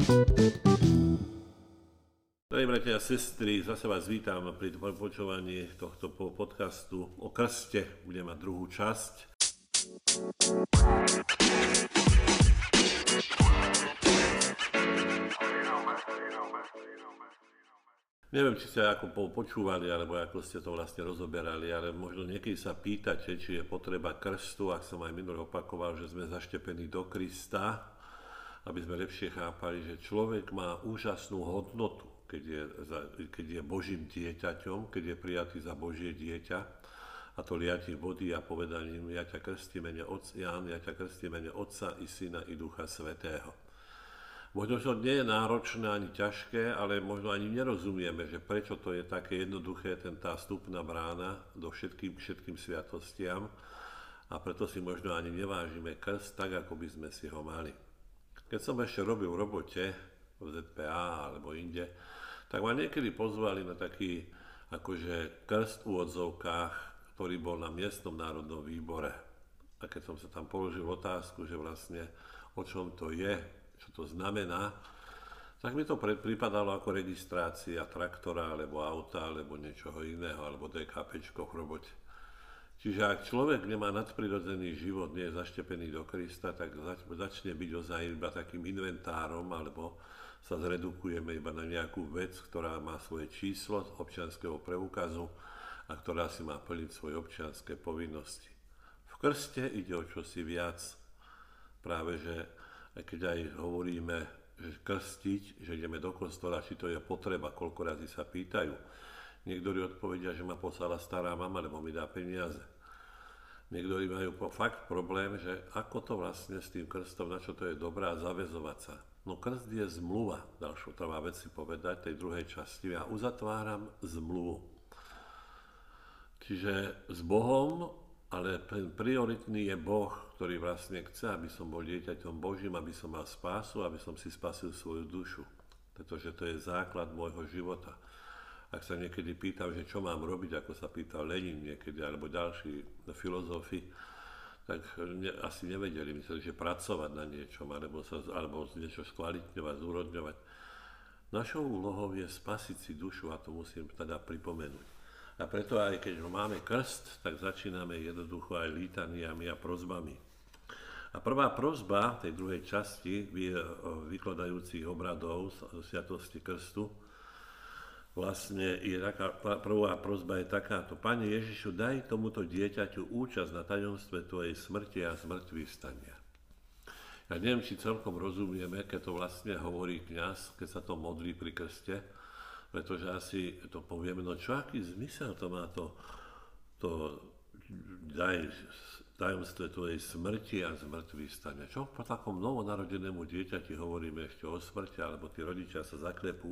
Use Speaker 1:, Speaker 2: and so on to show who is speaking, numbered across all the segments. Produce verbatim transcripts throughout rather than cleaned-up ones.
Speaker 1: Drahí bratia a sestry, zase vás vítam pri počúvaní tohto podcastu o krste. Budeme mať druhú časť. Neviem, či ste ako počúvali, alebo ako ste to vlastne rozoberali, ale možno niekedy sa pýtate, či je potreba krstu, ak som aj minulý opakoval, že sme zaštepení do Krista, aby sme lepšie chápali, že človek má úžasnú hodnotu, keď je, keď je Božím dieťaťom, keď je prijatý za Božie dieťa, a to liatím vody a povedaním, ja ťa krstím mene Otca, Ján, ja ťa krstím mene Otca i Syna i Ducha Svätého. Možno, že to nie je náročné ani ťažké, ale možno ani nerozumieme, že prečo to je také jednoduché, ten tá vstupná brána do všetkým, všetkým sviatostiam, a preto si možno ani nevážime krst tak, ako by sme si ho mali. Keď som ešte robil v robote v zet pé á alebo inde, tak ma niekedy pozvali na taký akože krst v úvodzovkách, ktorý bol na miestnom národnom výbore. A keď som sa tam položil otázku, že vlastne o čom to je, čo to znamená, tak mi to pripadalo ako registrácia traktora, alebo auta, alebo niečoho iného, alebo dé ká péčko v robote. Čiže ak človek nemá nadprirodzený život, nie je zaštepený do Krista, tak začne byť ozaj iba takým inventárom, alebo sa zredukujeme iba na nejakú vec, ktorá má svoje číslo občianskeho preukazu a ktorá si má plniť svoje občianske povinnosti. V krste ide o čosi viac. Práve, že keď aj hovoríme, že krstiť, že ideme do kostola, či to je potreba, koľko razy sa pýtajú. Niektorí odpovedia, že ma poslala stará mama, lebo mi dá peniaze. Niektorí majú fakt problém, že ako to vlastne s tým krstom, na čo to je dobré, a zaväzovať sa. No krst je zmluva, ďalšou trvá vec si povedať, tej druhej časti. Ja uzatváram zmluvu. Čiže s Bohom, ale prioritný je Boh, ktorý vlastne chce, aby som bol dieťaťom Božím, aby som mal spásu, aby som si spasil svoju dušu. Pretože to je základ môjho života. Ak sa niekedy pýtam, že čo mám robiť, ako sa pýtal Lenin niekedy, alebo ďalší filozofi, tak ne, asi nevedeli, mysleli, že pracovať na niečom, alebo, sa, alebo niečo skvalitňovať, zúrodňovať. Našou úlohou je spasiť si dušu, a to musím teda pripomenúť. A preto aj keď máme krst, tak začíname jednoducho aj lítaniami a prosbami. A prvá prosba tej druhej časti vykladajúcich obradov sviatosti krstu, vlastne je taká, prvá prosba je takáto: Pane Ježišu, daj tomuto dieťaťu účasť na tajomstve Tvojej smrti a zmŕtvychvstania. Ja neviem, či celkom rozumieme, keď to vlastne hovorí kňaz, keď sa to modlí pri krste, pretože asi to povieme, no čo, aký zmysel to má to, to daj tajomstve Tvojej smrti a zmŕtvychvstania. Čo po takom novonarodenému dieťati hovoríme ešte o smrti, alebo tí rodičia sa zaklepú.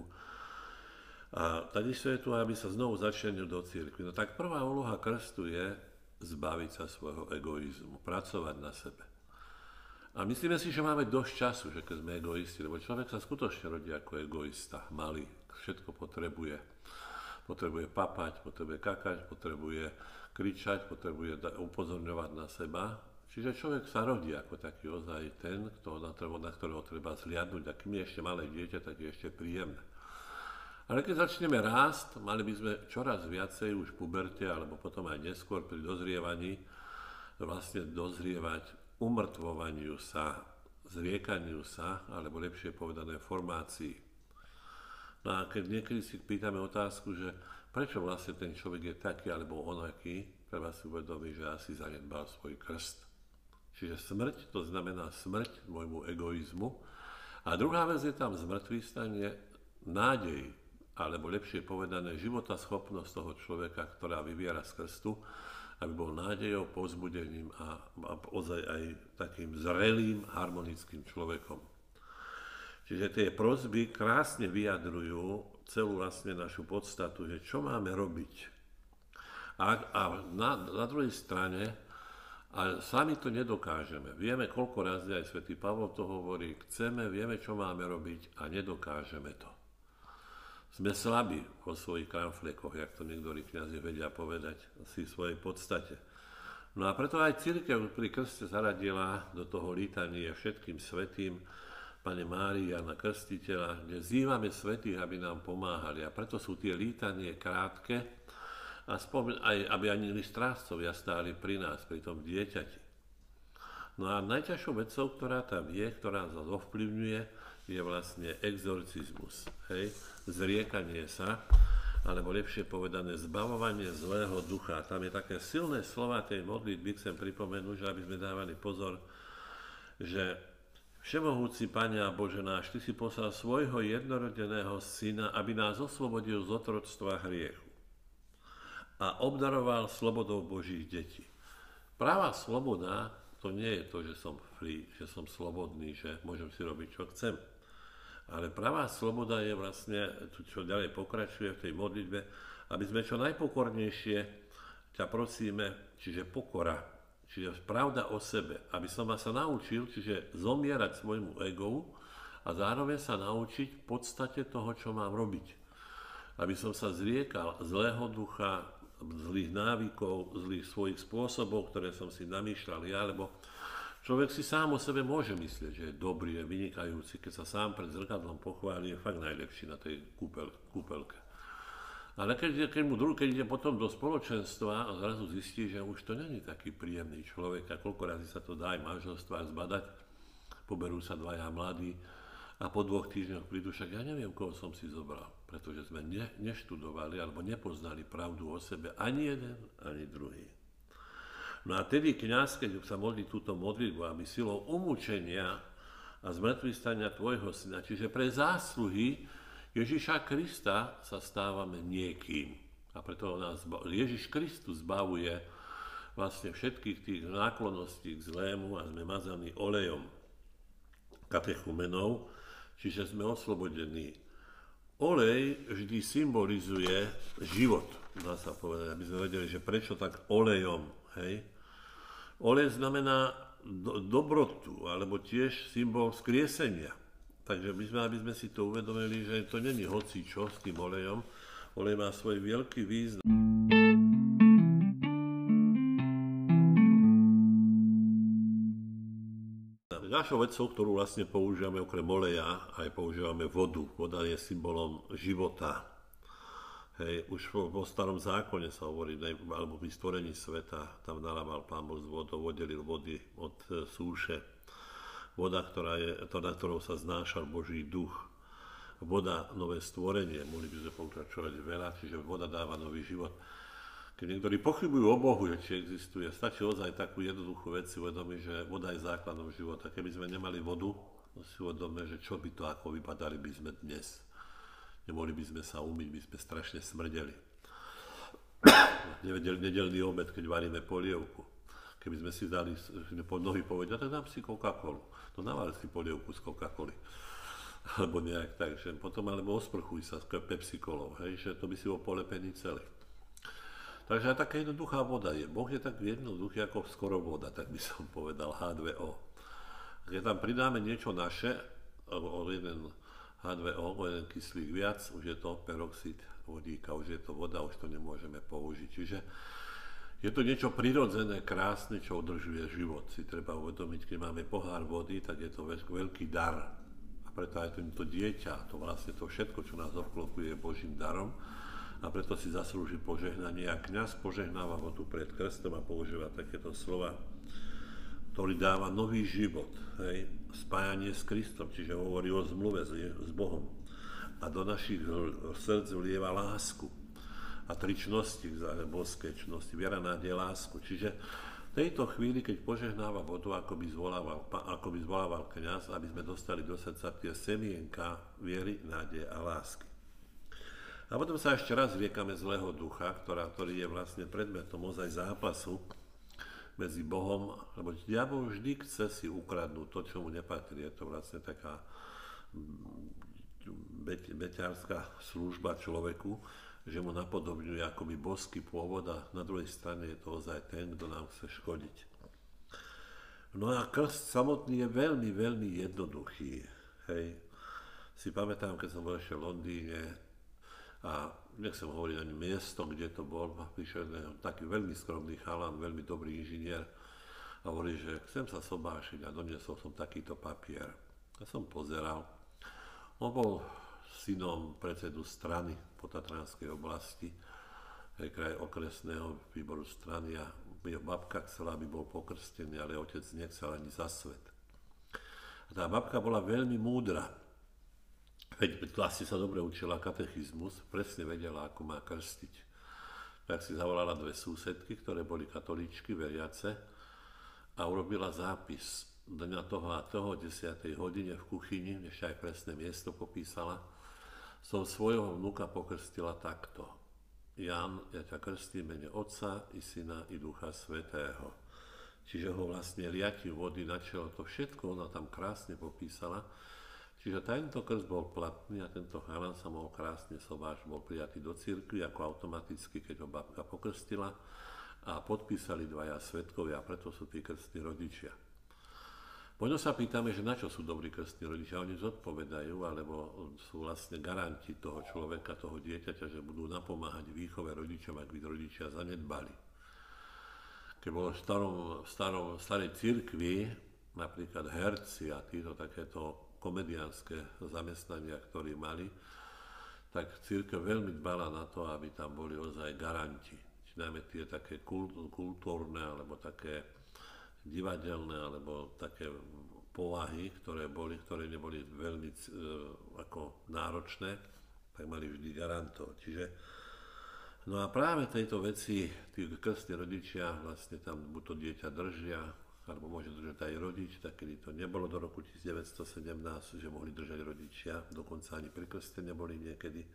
Speaker 1: A takisto je tu, aby sa znovu začlenil do cirkvi. No tak prvá úloha krstu je zbaviť sa svojho egoizmu, pracovať na sebe. A myslíme si, že máme dosť času, že keď sme egoisti, lebo človek sa skutočne rodí ako egoista, malý, všetko potrebuje. Potrebuje papať, potrebuje kakať, potrebuje kričať, potrebuje upozorňovať na seba. Čiže človek sa rodí ako taký ozaj ten, na ktorého treba zliadnúť, a kým je ešte malé dieťa, tak je ešte príjemné. Ale keď začneme rásť, mali by sme čoraz viacej už v puberte, alebo potom aj neskôr pri dozrievaní, vlastne dozrievať umrtvovaniu sa, zriekaniu sa, alebo lepšie povedané formácii. No a keď niekedy si pýtame otázku, že prečo vlastne ten človek je taký alebo onaký, treba si uvedomiť, že asi zanedbal svoj krst. Čiže smrť, to znamená smrť môjmu egoizmu. A druhá vec je tam zmŕtvychvstanie, nádej, alebo lepšie povedané, životaschopnosť toho človeka, ktorá vyviera z krstu, aby bol nádejou, povzbudením a, a ozaj aj takým zrelým, harmonickým človekom. Čiže tie prosby krásne vyjadrujú celú vlastne našu podstatu, že čo máme robiť. A, a na, na druhej strane, a sami to nedokážeme. Vieme, koľko razy aj svätý Pavol to hovorí, chceme, vieme, čo máme robiť, a nedokážeme to. Sme slabí vo svojich kramflekoch, jak to niektorí kňazi vedia povedať, si v svojej podstate. No a preto aj cirkev pri krste zaradila do toho lítania všetkým svätým Pane Márii a na Krstiteľa, kde vzývame svätých, aby nám pomáhali. A preto sú tie lítanie krátke, a spomen- aj aby anjeli strážcovia stáli pri nás, pri tom dieťati. No a najťažšou vecou, ktorá tam je, ktorá nás ovplyvňuje, je vlastne exorcizmus. Hej? Zriekanie sa, alebo lepšie povedané, zbavovanie zlého ducha. Tam je také silné slova tej modlitby, chcem pripomenúť, že aby sme dávali pozor, že Všemohúci Pane a Bože náš, Ty si poslal svojho jednorodeného Syna, aby nás oslobodil z otroctva hriechu a obdaroval slobodou Božích detí. Práva sloboda, to nie je to, že som free, že som slobodný, že môžem si robiť, čo chcem. Ale pravá sloboda je vlastne, čo ďalej pokračuje v tej modlitbe, aby sme čo najpokornejšie ťa prosíme, čiže pokora, čiže pravda o sebe, aby som sa naučil, čiže zomierať svojmu egovu a zároveň sa naučiť v podstate toho, čo mám robiť. Aby som sa zriekal zlého ducha, zlých návykov, zlých svojich spôsobov, ktoré som si namýšľal ja, lebo človek si sám o sebe môže myslieť, že je dobrý, je vynikajúci, keď sa sám pred zrkadlom pochváli, je fakt najlepší na tej kúpel, kúpelke. Ale keď, keď, mu druh, keď ide potom do spoločenstva a zrazu zistí, že už to není taký príjemný človek a koľko razy sa to dá aj manželstvách zbadať, poberú sa dvaja mladí a po dvoch týždňoch prídu, však ja neviem, koho som si zobral, pretože sme ne, neštudovali alebo nepoznali pravdu o sebe ani jeden, ani druhý. No a tedy kňaz, keď sa modlí túto modlitbu, aby silou umúčenia a zmŕtvychvstania tvojho syna, čiže pre zásluhy Ježiša Krista sa stávame niekým. A preto nás Ježiš Kristus zbavuje vlastne všetkých tých náklonností k zlému a sme mazaní olejom katechumenov, čiže sme oslobodení. Olej vždy symbolizuje život, dá sa povedať, aby sme vedeli, že prečo tak olejom, hej. Olej znamená do, dobrotu, alebo tiež symbol vzkriesenia. Takže my sme, aby sme si to uvedomili, že to není hocičo s tým olejom. Olej má svoj veľký význam. Ďalšou vecou, ktorú vlastne používame okrem oleja, aj používame vodu. Voda je symbolom života. Hej, už po, po starom zákone sa hovorí, alebo pri stvorení sveta, tam nalával Pán Boh z vodou, oddelil vody od e, súše. Voda, ktorá je, to, na ktorou sa znášal Boží duch. Voda, nové stvorenie, mohli by sme pokračovať veľa, čiže voda dáva nový život. Keď niektorí pochybujú o Bohu, či existuje, stačí ozaj takú jednoduchú vec si uvedomiť, že voda je základom života. Keby sme nemali vodu, no si uvedomíme, že čo by to, ako vypadali by sme dnes. Nemohli by sme sa umyť, by sme strašne smrdeli. Nedelný obed, keď varíme polievku. Keby sme si dali, mnohí povedia, tak dám si Coca-Colu. No naval si polievku z Coca-Coly. Alebo nejak tak, že potom alebo osprchuj sa s Pepsi-Colou, hej, že to by si bol polepený celý. Takže aj taká jednoduchá voda je. Boh je tak jednoduchý ako skoro voda, tak by som povedal há dve ó. Keď tam pridáme niečo naše, o jeden há dve ó, o jeden kyslík viac, už je to peroxid vodíka, už je to voda, už to nemôžeme použiť. Čiže je to niečo prirodzené, krásne, čo udržuje život. Si treba uvedomiť, keď máme pohár vody, tak je to veľký dar. A preto aj to dieťa, to vlastne to všetko, čo nás obklopuje, je Božím darom. A preto si zaslúži požehnanie. A kňaz požehnáva vodu pred krstom a používa takéto slova, ktorý dáva nový život, hej, spájanie s Kristom, čiže hovorí o zmluve s Bohom. A do našich srdc vlieva lásku a tri čnosti, božské čnosti, viera, nádej, lásku. Čiže v tejto chvíli, keď požehnáva vodu, ako by zvolával, ako by zvolával kňaz, aby sme dostali do srdca tie semienka viery, nádeje a lásky. A potom sa ešte raz zriekame zlého ducha, ktorá, ktorý je vlastne predmetom ozaj zápasu medzi Bohom, lebo diabol vždy chce si ukradnúť to, čo mu nepatrí. Je to vlastne taká beť, beťarská služba človeku, že mu napodobňuje akoby boský pôvod a na druhej strane je to ozaj ten, kto nám chce škodiť. No a krst samotný je veľmi, veľmi jednoduchý. Hej. Si pamätám, keď som bol ešte v Londýne, a nechcem hovoriť ani miesto, kde to bol, prišiel taký veľmi skromný chalan, veľmi dobrý inžinier a hovorí, že chcem sa sobášiť a doniesol som takýto papier. Ja som pozeral. On bol synom predsedu strany po Tatranskej oblasti, aj kraj okresného výboru strany a jeho babka chcela, aby bol pokrstený, ale otec nechcel ani za svet. A tá babka bola veľmi múdra. Veď to asi sa dobre učila katechizmus, presne vedela, ako má krstiť. Tak si zavolala dve súsedky, ktoré boli katolíčky, veriace, a urobila zápis. Dňa toho a toho, desiatej hodine v kuchyni, ešte aj presné miesto popísala, som svojho vnuka pokrstila takto. Jan, ja ťa krstím mene Otca i Syna i Ducha Svätého. Čiže ho vlastne riatím vody na čelo, to všetko ona tam krásne popísala. Čiže tento krst bol platný a tento chalan sa mohol krásne sobáš, bol prijatý do cirkvi ako automaticky, keď ho babka pokrstila a podpísali dvaja svedkovia, a preto sú tí krstní rodičia. Možno sa pýtame, že na čo sú dobrí krstní rodičia, oni zodpovedajú, alebo sú vlastne garanti toho človeka, toho dieťaťa, že budú napomáhať výchove rodičom, ak by rodičia zanedbali. Keď bolo v starom, starom, starej cirkvi, napríklad herci a títo takéto komediánske zamestnania, ktorí mali, tak cirkev veľmi dbala na to, aby tam boli ozaj garanti. Čiže najmä tie také kultúrne, alebo také divadelné, alebo také povahy, ktoré boli, ktoré neboli veľmi e, ako náročné, tak mali vždy garantov. Čiže, no a práve tejto veci, tí krstní rodičia vlastne tam buď to dieťa držia, alebo môže držať aj rodič, tak kedy to nebolo do roku devätnásťstosedemnásť, že mohli držať rodičia, dokonca ani pri krste neboli niekedy.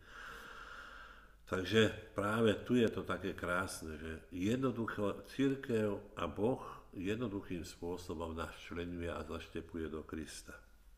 Speaker 1: Takže práve tu je to také krásne, že jednoducho cirkev a Boh jednoduchým spôsobom nás členuje a zaštepuje do Krista.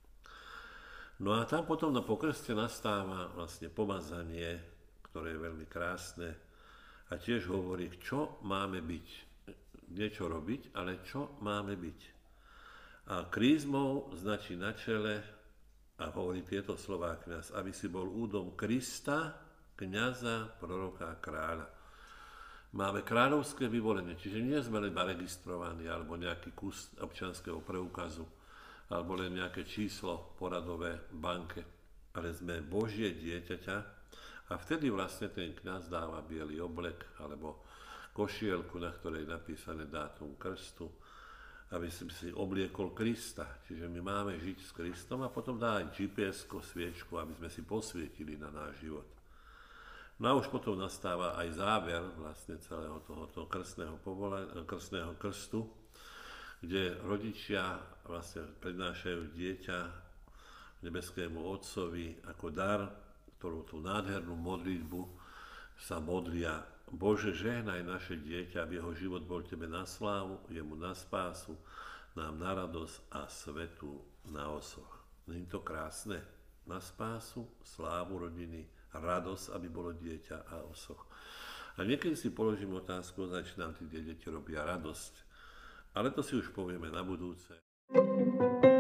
Speaker 1: No a tam potom na pokrste nastáva vlastne pomazanie, ktoré je veľmi krásne a tiež hovorí, čo máme byť. Niečo robiť, ale čo máme byť. A krízmou značí na čele a hovorí tieto slová kňaz, aby si bol údom Krista, kňaza, proroka a kráľa. Máme kráľovské vyvolenie, čiže nie sme len registrovaní, alebo nejaký kus občianskeho preukazu, alebo len nejaké číslo poradové v banke, ale sme Božie dieťaťa a vtedy vlastne ten kňaz dáva biely oblek, alebo košielku, na ktorej je napísané dátum krstu, aby si si obliekol Krista. Čiže my máme žiť s Kristom a potom dá aj gé pé esko, sviečku, aby sme si posvietili na náš život. No a už potom nastáva aj záver vlastne celého tohoto krstného, povole, krstného krstu, kde rodičia vlastne prednášajú dieťa nebeskému Otcovi ako dar, ktorú tú nádhernú modlitbu sa modlia. Bože, žehnaj naše dieťa, aby jeho život bol Tebe na slávu, jemu na spásu, nám na radosť a svetu na osoch. Nie je to krásne? Na spásu, slávu rodiny, radosť, aby bolo dieťa a osoch. A niekedy si položím otázku, či nám tí deti robia radosť. Ale to si už povieme na budúce.